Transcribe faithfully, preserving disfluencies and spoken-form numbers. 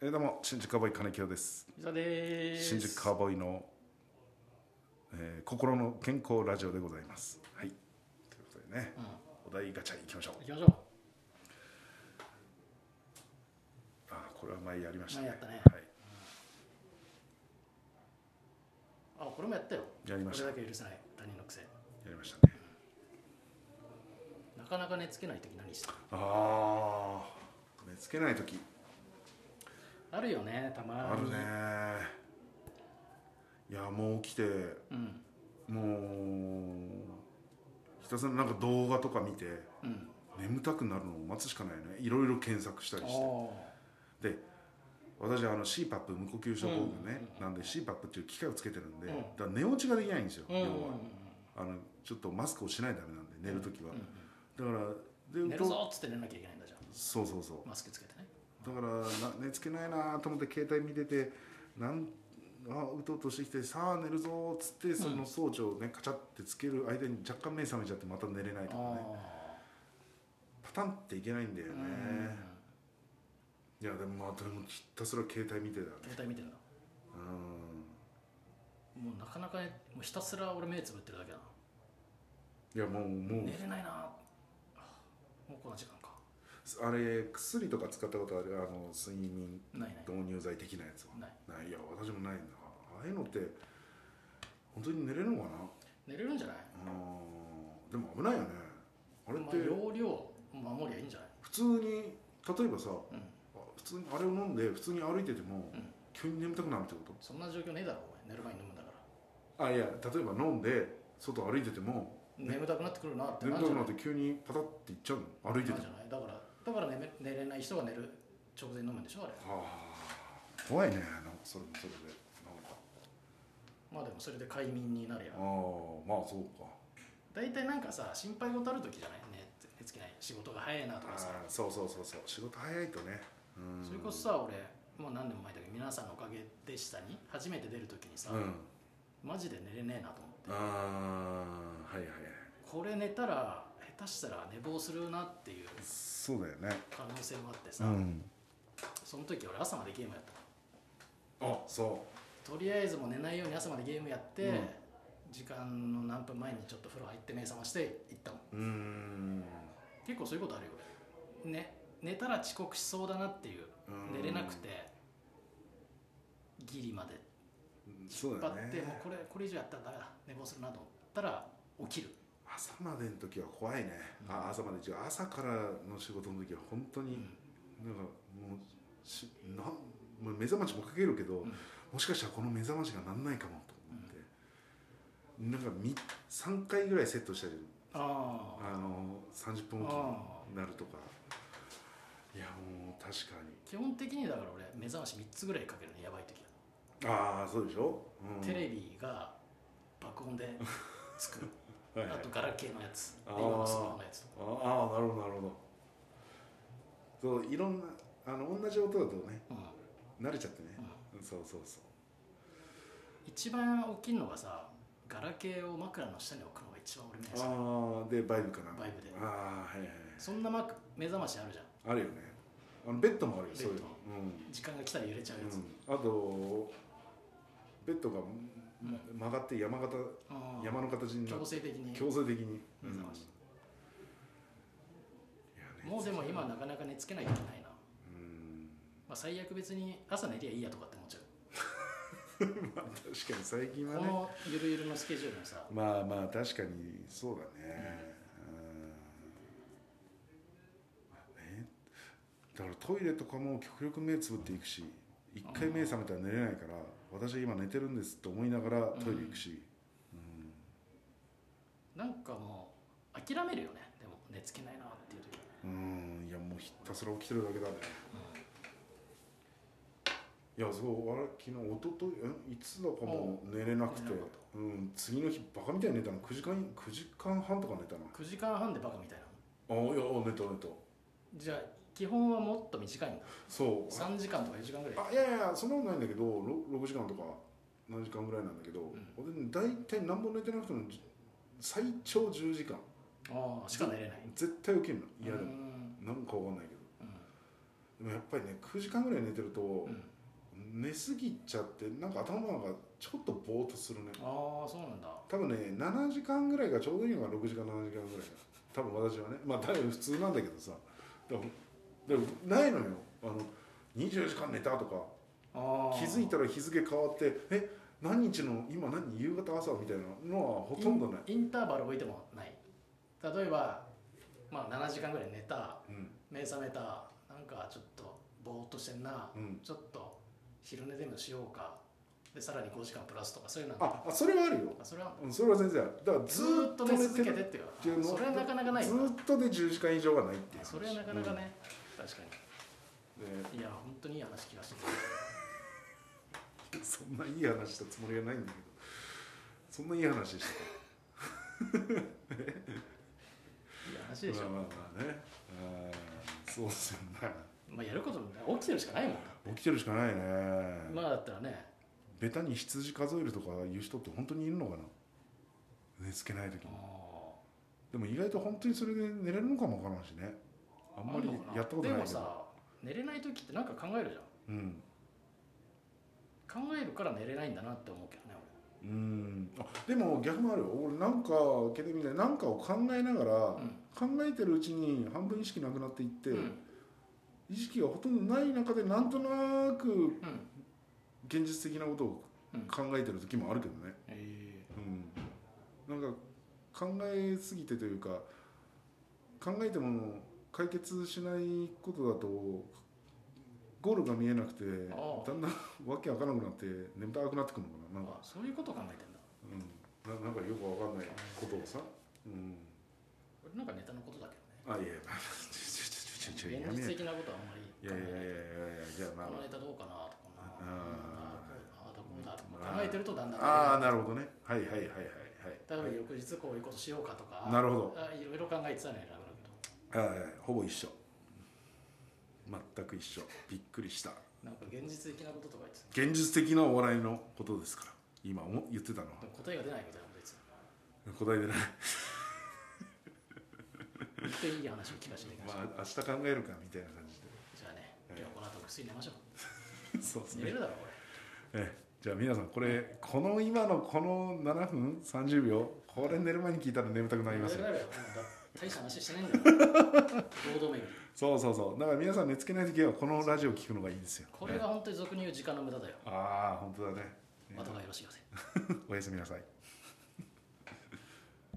えー、どうも新宿カーボーイ金清です。 伊沢です。 新宿カーボーイの、えー、心の健康ラジオでございます。はい、ということでね、うん、お題ガチャいきましょう。 いきましょう。 あ、これは前やりましたね。 前やったね。 はい、 うん、あ、これもやったよ。 やりました。 これだけ許せない他人の癖。やりましたね。 なかなか寝つけない時何した？ああ、寝つけない時あるよね、たまに。 あるね。いや、もう起きて、うん、もうひたすらなんか動画とか見て、うん、眠たくなるのを待つしかないね。いろいろ検索したりして。で、私はあの シーパップ 無呼吸症候群ね、うん、なんで シーパップ っていう機械をつけてるんで、うん、だから寝落ちができないんですよ、うん、要はあのちょっとマスクをしないとダメなんで、寝るときは、うん、だからで寝るぞっつって寝なきゃいけないんだじゃん。 そうそうそう、マスクつけてね。 だから寝つけないなと思って携帯見てて、なんあうとうとしてきて、さあ寝るぞっつってその装置をねカチャってつける間に若干目覚めちゃってまた寝れないとかね、パタンっていけないんだよね。いやでもまあでもひたすら携帯見てたね。 携帯見てんだ。うん。もうなかなかね、もうひたすら俺目つぶってるだけだな。 いやもうもう寝れないな。もうこの時間か。 あれ薬とか使ったことある？あの睡眠導入剤的なやつは。 ない。 ない。いや私もないんだ。ああいうのって本当に寝れるのかな？ 寝れるんじゃない？ あでも危ないよね。あれって、 まあ、容量守りゃいいんじゃない？ 普通に例えばさ、うん、普通にあれを飲んで普通に歩いてても、うん、急に眠たくなるってこと？そんな状況ねえだろお前。寝る前に飲むんだから。あ、いや例えば飲んで外歩いてても、 ね、眠たくなってくるなって眠たくなって急にパタッていっちゃうの？歩いてても。 だからだから 寝, 寝れない人が寝る直前に飲むんでしょあれ。はあ、怖いね。なんかそれもそれでなんかまあでもそれで快眠になるやん。ああ、まあそうか。 大体なんかさ心配事ある時じゃない？寝つけない、仕事が早いなとかさ。 あ、そうそうそうそう、仕事早いとね。 うん、それこそさ、俺もう何年も前だけど皆さんのおかげでしたに初めて出る時にさ、うん、マジで寝れねえなと思って。ああ、はいはいはい。これ寝たら下手したら寝坊するなっていうそうだよね可能性もあってさ、うん、その時俺朝までゲームやった。 あ、そうとりあえずもう寝ないように朝までゲームやって、うん、時間の何分前にちょっと風呂入って目覚まして行ったもん。うーん、結構そういうことあるよ俺、ね、寝たら遅刻しそうだなっていう、寝れなくてギリまで引っ張って、ね、もうこれこれ以上やったらダメだ、寝坊するなと思ったら起きる。 朝までの時は怖いね、うん、あ、朝まで朝からの仕事の時は本当に、うん、なんかもうしなもう目覚ましもかけるけど、うん、もしかしたらこの目覚ましがなんないかもと思って、うん、なんかさんかいぐらいセットしたり、ああのさんじゅっぷんおきになるとか。いやもう確かに基本的にだから俺目覚ましみっつぐらいかけるね、やばい時は。ああ、そうでしょ、 うん、テレビが爆音でつくはい、はい、あとガラケーのやつ、今のスマホのやつとか。 ああ、なるほどなるほど。そう、いろんなあの同じ音だとね、うん、慣れちゃってね、うん、そうそうそう。 一番大きいのがさ、ガラケーを枕の下に置くのが一番俺目指す。 ああ、でバイブかな。 バイブで。 ああ、はいはい。 そんな目覚ましあるじゃん。 あるよね。あのベッドもあるよ。そういうの、 うん、時間が来たら揺れちゃうやつ、うん、 あとベッドが曲がって山形、うん、山の形になって強制的に強制的に目覚まし、うん、もうでも今なかなか寝つけないからないな。うん、まあ、最悪別に朝寝りゃいいやとかって思っちゃうまあ確かに最近はね、 このゆるゆるのスケジュールのさ、 まあまあ確かにそうだね、うん、ね、だからトイレとかも極力目つぶっていくし、一回目覚めたら寝れないから、私は今寝てるんですと思いながらトイレ行くし、うんうん、なんかもう諦めるよね。でも寝つけないなっていう時は。 うん、いやもうひたすら起きてるだけだね、うん、いやそう、あれ昨日一昨日いつだかも寝れなくて、うん、次の日バカみたいに寝たの。くじかんくじかんはんとか寝たな。 くじかんはんでバカみたいな。 あ、いや寝た寝た。 じゃあ基本はもっと短いんだ。 そう、 さんじかんとかよじかんぐらい。 あ、いやいやそんなことないんだけど、ろくじかんとかななじかんぐらいなんだけど、うん、俺大体何も寝てなくても最長じゅうじかんあしか寝れない。 絶対起きるの。いやでもなんかわかんないけど、うもやっぱりねくじかんぐらい寝てると、 うん、 寝すぎちゃってなんか頭がちょっとぼーっとするね。 ああそうなんだ。 多分ねななじかんぐらいがちょうどいいのがろくじかんななじかんぐらいが多分私はね、まあ多分普通なんだけどさ、でもでもないのよ、あのにじゅうよじかん寝たとか、 あ気づいたら日付変わってえ何日の今何夕方朝みたいなのはほとんどない。 イン、インターバル置いてもない。例えばまあななじかんぐらい寝た、 うん、 目覚めた、なんかちょっとぼーっとしてんな、 うん、 ちょっと昼寝でもしようか、でさらにごじかんプラスとかそういうのああそれはあるよ。 あそれは、 うん、それは全然ある。だからずずーっと寝続けてるっていうっていうのそれはなかなかないよずーっとでじゅうじかん以上はないっていう話。 それはなかなかね、うん、確かでに。いや本当にいい話聞かせてくれる。 そんないい話したつもりはないんだけど、そんないい話でしたか。 いい話でしょ。 まあまあまあね、あそうですよね。 まあやること起きてるしかないもんな。 起きてるしかないね。 まあだったらね、 ベタに羊数えるとかいう人って本当にいるのかな、寝つけない時に。でも意外と本当にそれで寝れるのかもわからんしね。あんまりやったことないけど。 でもさ、寝れない時ってなんか考えるじゃん。 うん、 考えるから寝れないんだなって思うけどね俺。うん、あでも逆もあるよ。俺なんかケテみたいなんかを考えながら、うん、考えてるうちに半分意識なくなっていって、うん、意識がほとんどない中でなんとなく、うん、現実的なことを考えてる時もあるけどね、うん、なんか考えすぎてというか考えても解決しないことだとゴールが見えなくてだんだんわけわからなくなって眠たくなってくるのかな。なんかそういうことを考えてんだ、 うん、な, なんかよくわかんないことをさ、うん、 これなんかネタのことだけどね。 あいや現実的なことはあんまり考えない。いやいやいやいやじゃあまあこのネタどうかなとかな、ああだこうだとか考えてるとだんだんああなるほどね、はいはいはいはいはい。 例えば翌日こういうことしようかとか、 なるほど、 いろいろ考えてたらね、 ああほぼ一緒、全く一緒、びっくりした。 なんか現実的なこととか言ってた。現実的なお笑いのことですから今言ってたのは。 答えが出ないみたいなことです答え出ない本当にいい話を聞かせていただきました。 まあ明日考えるかみたいな感じで。 じゃあね、今日この後ぐっすり寝ましょうそうですね。 寝れるだろこれ。えじゃあ皆さんこれこの今のこのななふんさんじゅうびょうこれ寝る前に聞いたら眠たくなりますよ。 大した話してないんだよ。労働巡り。 そうそうそう。だから皆さん寝つけない時はこのラジオ聞くのがいいですよ。 これが本当に俗に言う時間の無駄だよ。 ああ本当だね。 またがよろしいよね。 おやすみなさい。